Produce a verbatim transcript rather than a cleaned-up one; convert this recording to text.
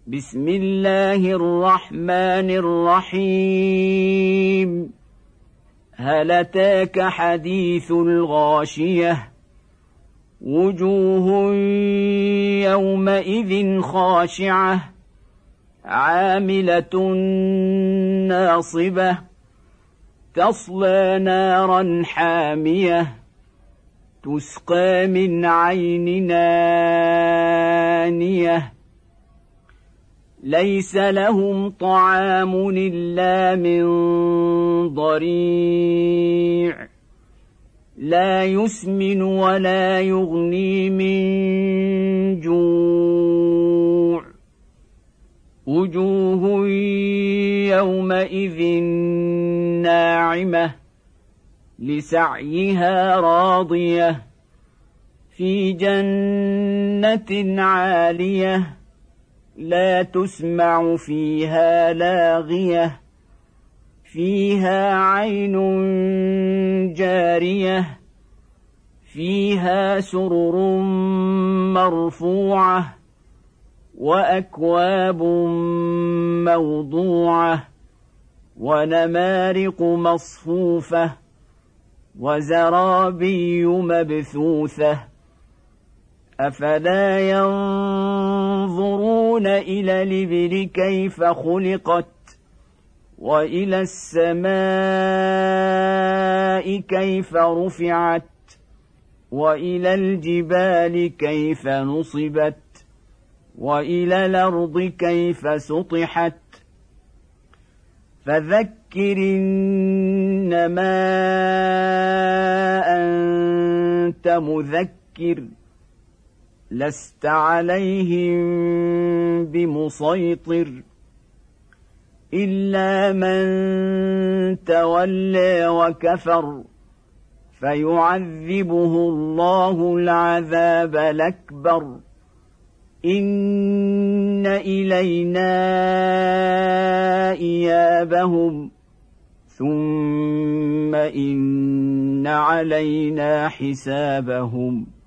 بسم الله الرحمن الرحيم هل أتاك حديث الغاشية وجوه يومئذ خاشعة عاملة ناصبة تصلى نارا حامية تسقى من عين آنية ليس لهم طعام إلا من ضريع لا يسمن ولا يغني من جوع وجوه يومئذ ناعمة لسعيها راضية في جنة عالية لا تسمع فيها لاغية فيها عين جارية فيها سرر مرفوعة وأكواب موضوعة ونمارق مصفوفة وزرابي مبثوثة أفلا ينظرون إلى الإبل كيف خلقت وإلى السماء كيف رفعت وإلى الجبال كيف نصبت وإلى الأرض كيف سطحت فذكر إنما أنت مذكر لست عليهم بمسيطر إلا من تولى وكفر فيعذبه الله العذاب الأكبر إن إلينا إيابهم ثم إن علينا حسابهم